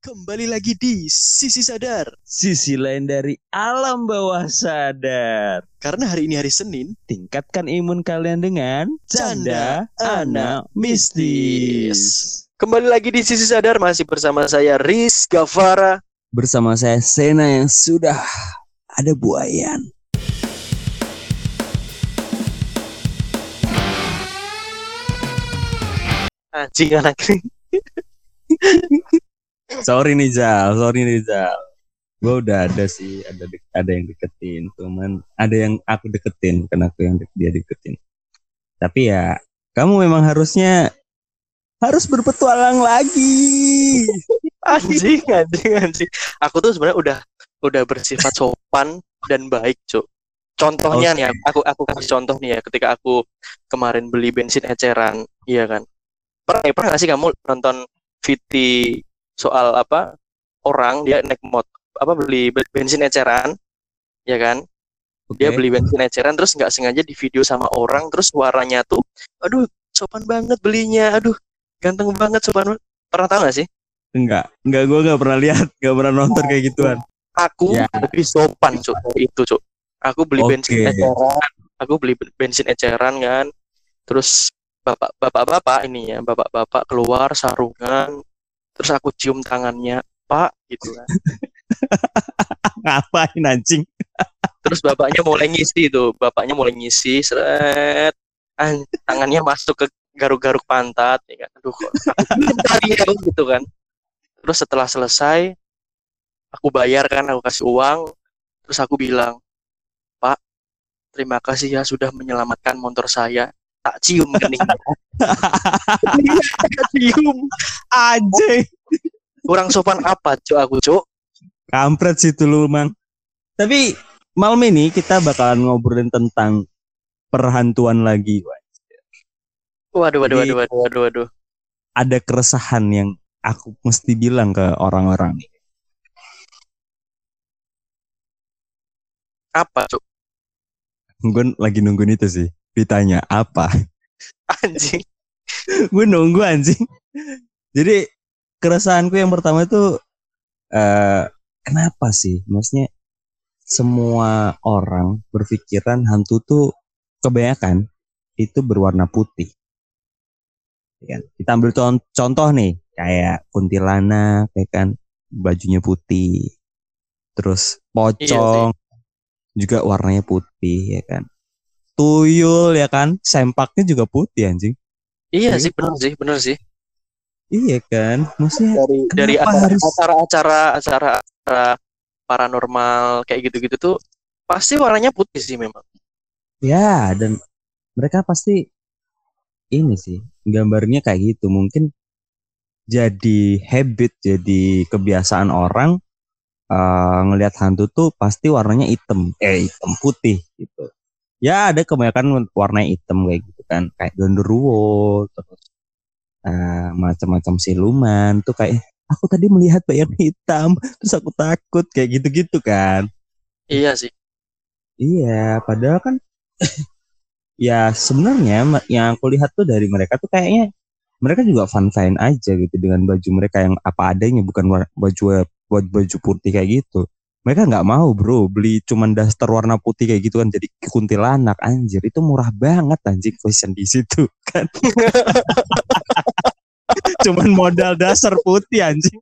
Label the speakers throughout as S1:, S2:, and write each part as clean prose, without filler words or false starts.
S1: Kembali lagi di Sisi Sadar.
S2: Sisi lain dari alam bawah sadar.
S1: Karena hari ini hari Senin,
S2: Tingkatkan imun kalian dengan
S1: Canda
S2: Canda Anak Mistis.
S1: Kembali lagi di Sisi Sadar, masih bersama saya Riz Gavara.
S2: Bersama saya Sena yang sudah ada buayan.
S1: Anjing anak ini.
S2: Sorry nih Zal. Gue udah ada sih, ada yang deketin. Cuman ada yang aku deketin, bukan aku yang dia deketin. Tapi ya, kamu memang harus berpetualang lagi.
S1: Anjing. Aku tuh sebenarnya udah bersifat sopan dan baik, Cuk. Contohnya nih, aku kasih contoh nih ya, ketika aku kemarin beli bensin eceran, iya kan. Pernah nggak sih kamu nonton VT soal apa orang dia naik beli bensin eceran, ya kan? Dia beli bensin eceran terus nggak sengaja di video sama orang, terus suaranya tuh, aduh sopan banget belinya, aduh ganteng banget sopan. Pernah tahu nggak sih?
S2: Enggak, gue nggak pernah lihat, nggak pernah nonton kayak gituan.
S1: Aku lebih sopan, Cuk, itu, Cuk. Aku beli bensin eceran kan, terus bapak-bapak ini ya, bapak-bapak keluar sarungan, terus aku cium tangannya, Pak, gitu kan.
S2: Ngapain anjing?
S1: Terus bapaknya mulai ngisi, seret, tangannya masuk ke garuk-garuk pantat, ya kan. Aduh, kok gitu kan. Terus setelah selesai, aku bayar kan, aku kasih uang, terus aku bilang, Pak, terima kasih ya sudah menyelamatkan motor saya. Tak cium keningnya. Cium.
S2: Anjing.
S1: Kurang sopan apa, Cuk, aku, Cuk?
S2: Kampret sih itu lu, Mang. Tapi malam ini kita bakalan ngobrolin tentang perhantuan lagi.
S1: Waduh.
S2: Ada keresahan yang aku mesti bilang ke orang-orang nih.
S1: Apa, Cuk?
S2: Gue lagi nungguin itu sih. Ditanya apa?
S1: Anjing.
S2: Gue nunggu anjing. Jadi keresahanku yang pertama itu kenapa sih? Maksudnya semua orang berpikiran hantu tuh kebanyakan itu berwarna putih. Ya, kita ambil contoh nih, kayak kuntilanak, kayak kan bajunya putih. Terus pocong juga warnanya putih, ya kan. Tuyul, ya kan, sempaknya juga putih anjing.
S1: Iya sih, bener sih.
S2: Iya kan, maksudnya
S1: dari acara paranormal kayak gitu-gitu tuh pasti warnanya putih sih memang.
S2: Ya, dan mereka pasti ini sih gambarnya kayak gitu. Mungkin jadi habit, jadi kebiasaan orang ngelihat hantu tuh pasti warnanya hitam putih gitu. Ya ada kebanyakan warna hitam kayak gitu kan, kayak genderuwo, terus macam-macam siluman tuh kayak aku tadi melihat bayangan hitam terus aku takut kayak gitu-gitu kan.
S1: Iya sih.
S2: Iya, padahal kan ya sebenarnya yang aku lihat tuh dari mereka tuh kayaknya mereka juga fine aja gitu dengan baju mereka yang apa adanya, bukan baju putih kayak gitu. Mereka nggak mau bro beli cuman daster warna putih kayak gitu kan jadi kuntilanak, anjir itu murah banget anjing fashion di situ kan. Cuman modal dasar putih anjing.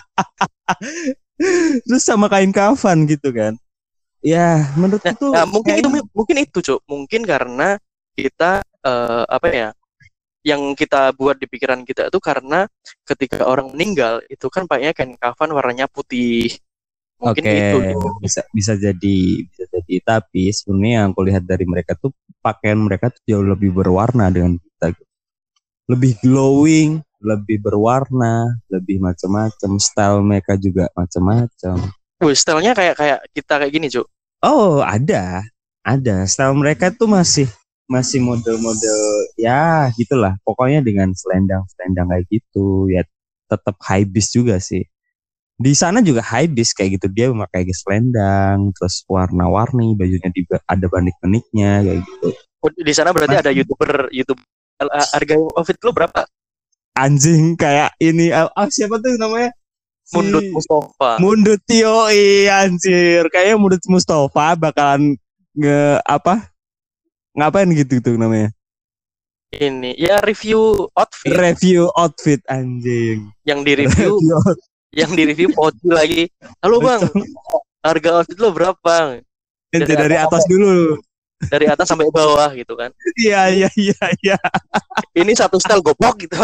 S2: Terus sama kain kafan gitu kan. Ya menurut itu
S1: mungkin itu Cuk. Mungkin karena kita yang kita buat di pikiran kita itu karena ketika orang meninggal itu kan pakainya kain kafan warnanya putih. Mungkin itu
S2: bisa jadi tapi sebenarnya yang aku lihat dari mereka tuh pakaian mereka tuh jauh lebih berwarna dengan kita, lebih glowing, lebih berwarna, lebih macam-macam, style mereka juga macam-macam.
S1: Stylenya kayak kita kayak gini, Cuk.
S2: Oh, ada style mereka tuh masih model-model ya gitulah, pokoknya dengan selendang kayak gitu ya, tetap high beast juga sih. Di sana juga high beast kayak gitu, dia memakai selendang terus warna-warni, bajunya juga ada banik-baniknya kayak gitu.
S1: Di sana berarti ada youtuber harga outfit lo berapa?
S2: Anjing kayak ini siapa tuh namanya,
S1: Mundut Mustafa.
S2: Mundut Yoi anjir. Kayaknya Mundut Mustafa bakalan ngapain gitu tuh namanya.
S1: Ini ya review outfit.
S2: Review outfit anjing.
S1: Yang di review Poci lagi. Halo Bang, harga outfit lo berapa?
S2: Dari atas dulu.
S1: Dari atas sampai bawah gitu kan.
S2: Iya.
S1: Ini satu style goblok gitu.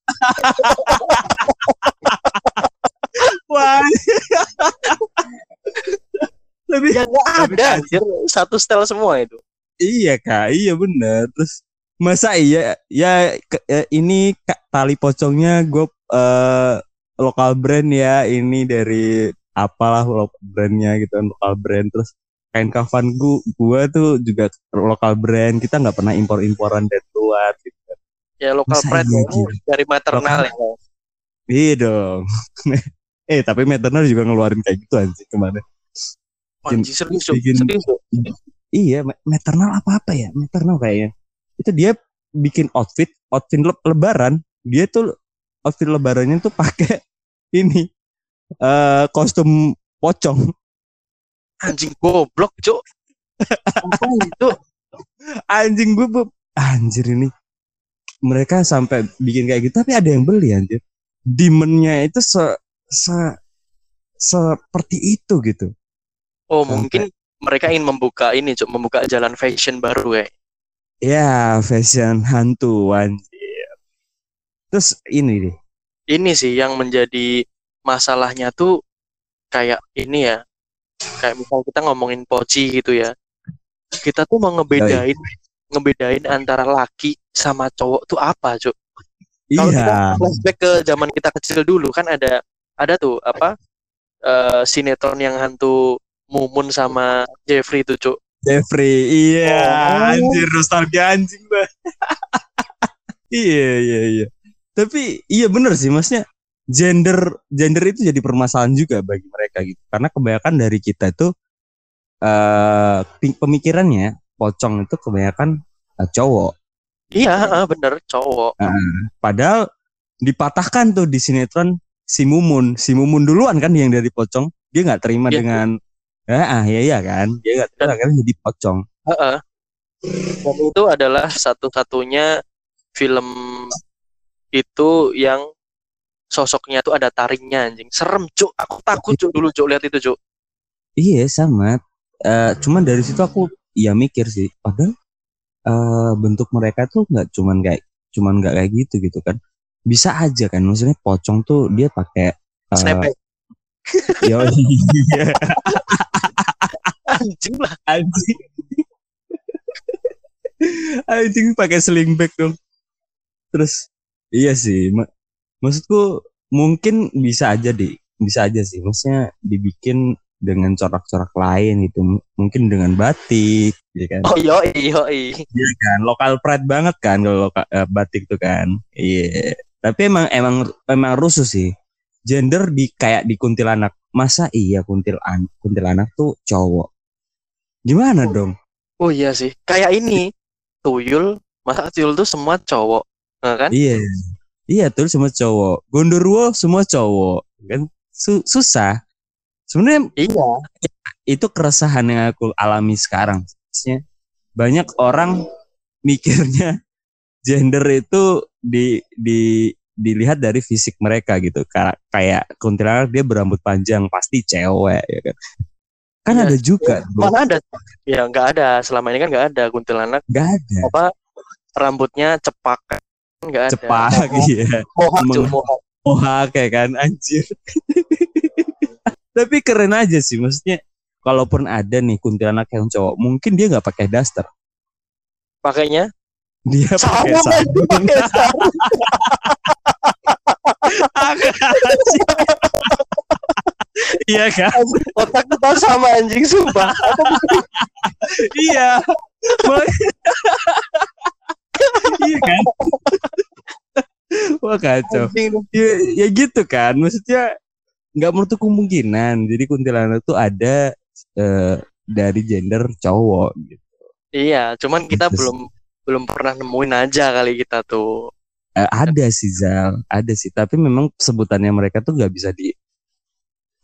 S2: Wah. Lebih
S1: ya nggak ada anjir, satu style semua itu.
S2: Iya Kak, iya bener. Terus masa iya ini tali pocongnya gue lokal brand ya, ini dari apalah brandnya gitu kan, lokal brand. Terus kain kafan gue tuh juga lokal brand, kita nggak pernah imporan dari luar gitu kan.
S1: Ya lokal brand dari maternal ya.
S2: Iya dong. Tapi maternal juga ngeluarin kayak gitu anjing kemarin.
S1: Anjing serius.
S2: Iya, maternal apa ya? Maternal kayaknya. Itu dia bikin outfit lebaran. Dia tuh outfit lebarannya tuh pakai ini kostum pocong.
S1: Anjing goblok, Cuk. Apa itu?
S2: Anjir ini. Mereka sampai bikin kayak gitu tapi ada yang beli anjir. Demand-nya itu seperti itu gitu.
S1: Oh, sampai mungkin mereka ingin membuka jalan fashion baru ya.
S2: Ya, fashion hantu anjir. Terus ini deh.
S1: Ini sih yang menjadi masalahnya tuh kayak ini ya. Kayak misal kita ngomongin Poci gitu ya. Kita tuh mau ngebedain antara laki sama cowok tuh apa, Cuk? Kalau kita flashback ke zaman kita kecil dulu kan ada tuh sinetron yang hantu Mumun sama Jeffrey tuh, Cuk.
S2: Jeffrey, iya, anjir nostalgia anjing banget. Iya. Tapi iya bener sih, maksudnya gender itu jadi permasalahan juga bagi mereka gitu. Karena kebanyakan dari kita itu pemikirannya pocong itu kebanyakan cowok.
S1: Iya, bener cowok.
S2: Padahal dipatahkan tuh di sinetron si Mumun duluan kan yang dari pocong, dia nggak terima dengan iya kan, dia nggak terima kan jadi pocong.
S1: Dan itu adalah satu-satunya film itu yang sosoknya tuh ada taringnya anjing. Serem, Cuk. Aku takut, Cuk, dulu, Cuk, lihat itu, Cuk.
S2: Iya, sama. Cuman dari situ aku mikir sih, padahal bentuk mereka tuh nggak kayak gitu kan. Bisa aja kan, maksudnya pocong tuh dia pakai
S1: snapback.
S2: Iya.
S1: Anjing lah.
S2: Anjing pakai sling bag dong. Terus iya sih, maksudku mungkin bisa aja sih, maksudnya dibikin dengan corak-corak lain gitu, mungkin dengan batik, ya kan?
S1: Oh iya.
S2: Iya kan, lokal pride banget kan kalau batik tuh kan. Iya. Tapi emang rusuh sih. Gender kayak di kuntilanak. Masa iya kuntilanak tuh cowok? Gimana dong?
S1: Oh iya sih. Kayak ini tuyul, masa tuyul tuh semua cowok, kan?
S2: Iya. Iya tuh semua cowok. Gondorwo semua cowok, kan? Susah. Sebenarnya
S1: iya.
S2: Itu keresahan yang aku alami sekarang. Maksudnya banyak orang mikirnya gender itu dilihat dari fisik mereka gitu. Kayak kuntilanak dia berambut panjang pasti cewek ya kan. Kan ada juga.
S1: Mana ada? Ya nggak ada. Selama ini kan nggak ada kuntilanak.
S2: Nggak ada.
S1: Apa rambutnya cepak? Nggak ada.
S2: Cepak iya. Mohak kayak kan anjir. Tapi keren aja sih, maksudnya kalaupun ada nih kuntilanak yang cowok, mungkin dia nggak pakai daster.
S1: Pakainya?
S2: Dia pakai sarung. Iya kan?
S1: Otak kita sama anjing sumpah.
S2: Iya. Iya kan? Wah kacau. Ya gitu kan, maksudnya nggak menutup kemungkinan. Jadi kuntilanak tuh ada dari gender cowok gitu.
S1: Iya, cuman kita belum pernah nemuin aja kali kita tuh.
S2: Ada sih Zal, ada sih. Tapi memang sebutannya mereka tuh nggak bisa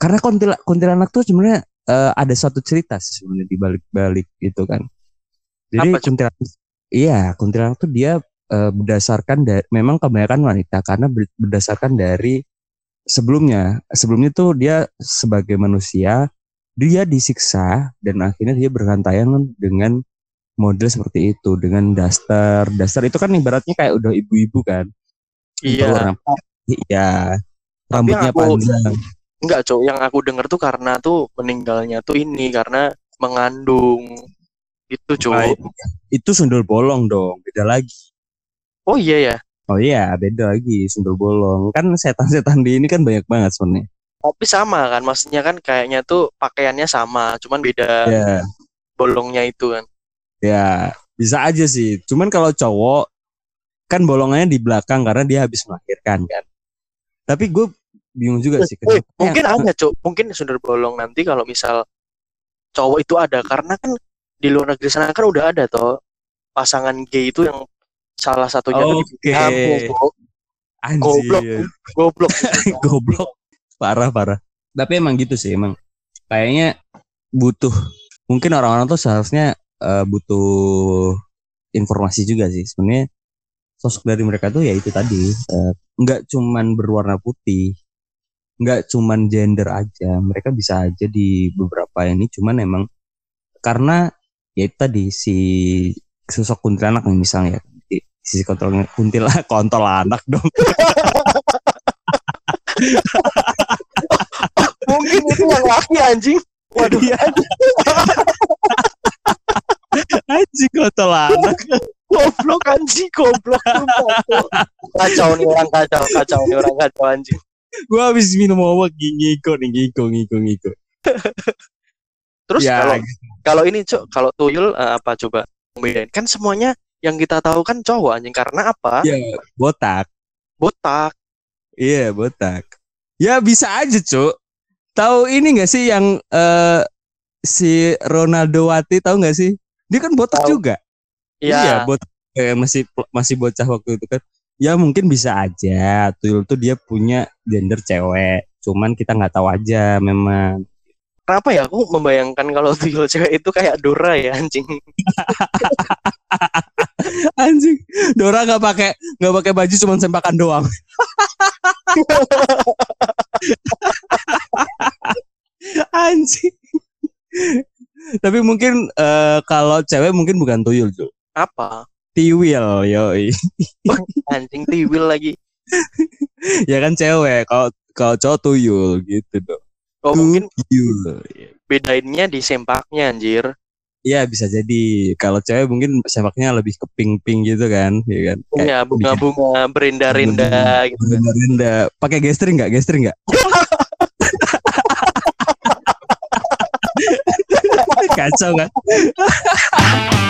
S2: karena kuntilanak tuh sebenarnya ada suatu cerita sih sebenarnya di balik-balik itu kan. Jadi
S1: Apa, Cuk?
S2: kuntilanak tuh dia berdasarkan dari, memang kebanyakan wanita karena berdasarkan dari sebelumnya tuh dia sebagai manusia dia disiksa dan akhirnya dia bergantayangan dengan model seperti itu dengan daster itu kan ibaratnya kayak udah ibu-ibu kan yang
S1: Iya,
S2: berwarna putih ya,
S1: tapi yang
S2: rambutnya
S1: aku
S2: panjang.
S1: enggak, Cuk, yang aku denger tuh karena tuh meninggalnya tuh ini karena mengandung itu,
S2: Nah,
S1: Cuk.
S2: itu sundel bolong dong, beda lagi.
S1: Oh iya ya.
S2: Oh iya, beda lagi sundel bolong. Kan setan-setan di ini kan banyak banget sebenarnya.
S1: Tapi sama kan, maksudnya kan kayaknya tuh pakaiannya sama, cuman beda
S2: Ya,
S1: bolongnya itu kan.
S2: ya bisa aja sih. Cuman kalau cowok kan bolongannya di belakang karena dia habis melahirkan kan. Tapi gue bingung juga sih kenapa
S1: Mungkin ada, Cuk. Mungkin sundel bolong nanti kalau misal cowok itu ada, karena kan di luar negeri sana kan udah ada toh pasangan gay itu yang salah satunya tuh dibikin
S2: Oke,
S1: hamil, Cuk. Goblok,
S2: anjir.
S1: goblok itu.
S2: Goblok, parah parah. Tapi emang gitu sih, emang kayaknya butuh, mungkin orang-orang tuh seharusnya butuh informasi juga sih sebenarnya. Sosok dari mereka tuh ya itu tadi, nggak cuman berwarna putih, nggak cuman gender aja, mereka bisa aja di beberapa ini, cuman emang karena ya itu tadi si sosok kuntilanak nih misalnya, si kuntilanak kontol anak dong.
S1: Mungkin itu yang laki, anjing. Waduh,
S2: Iya, anjing kontol anak.
S1: goblok anjing, goblok. Sumpah, Cuk. Kacau nih orang, kacau nih orang, kacau anjing.
S2: Gue habis minum obat ngiko.
S1: Terus
S2: Ya,
S1: kalau
S2: gitu.
S1: kalau ini, Cuk, kalau tuyul apa coba membedain? Kan semuanya yang kita tahu kan cowok, anjing, karena apa?
S2: Ya botak.
S1: Botak.
S2: Iya botak. Ya bisa aja cuk. Tahu ini nggak sih yang si Ronaldo Wati, tahu nggak sih? Dia kan botak
S1: Tahu.
S2: juga. Iya,
S1: Iya.
S2: masih bocah waktu itu kan. Ya mungkin bisa aja tuyul tuh dia punya gender cewek. Cuman kita nggak tahu aja memang.
S1: Kenapa ya aku membayangkan kalau tuyul cewek itu kayak Dora ya, anjing.
S2: Anjing, Dora nggak pakai baju, cuman sempakan doang. Anjing. Tapi mungkin kalau cewek mungkin bukan tuyul tuh.
S1: Apa?
S2: Tiwil, yoi.
S1: Anjing tiwil lagi.
S2: Ya kan cewek, kalau cowok tuyul gitu dong.
S1: Oh, mungkin
S2: Tuyul.
S1: bedainnya di sempaknya, anjir.
S2: Iya bisa jadi. Kalau cewek mungkin sepaknya lebih ke pink-pink gitu kan, ya kan? Kayak
S1: Iya, bunga-bunga berinda-rinda gitu.
S2: Berinda. Pakai gestring nggak? Kacau kan?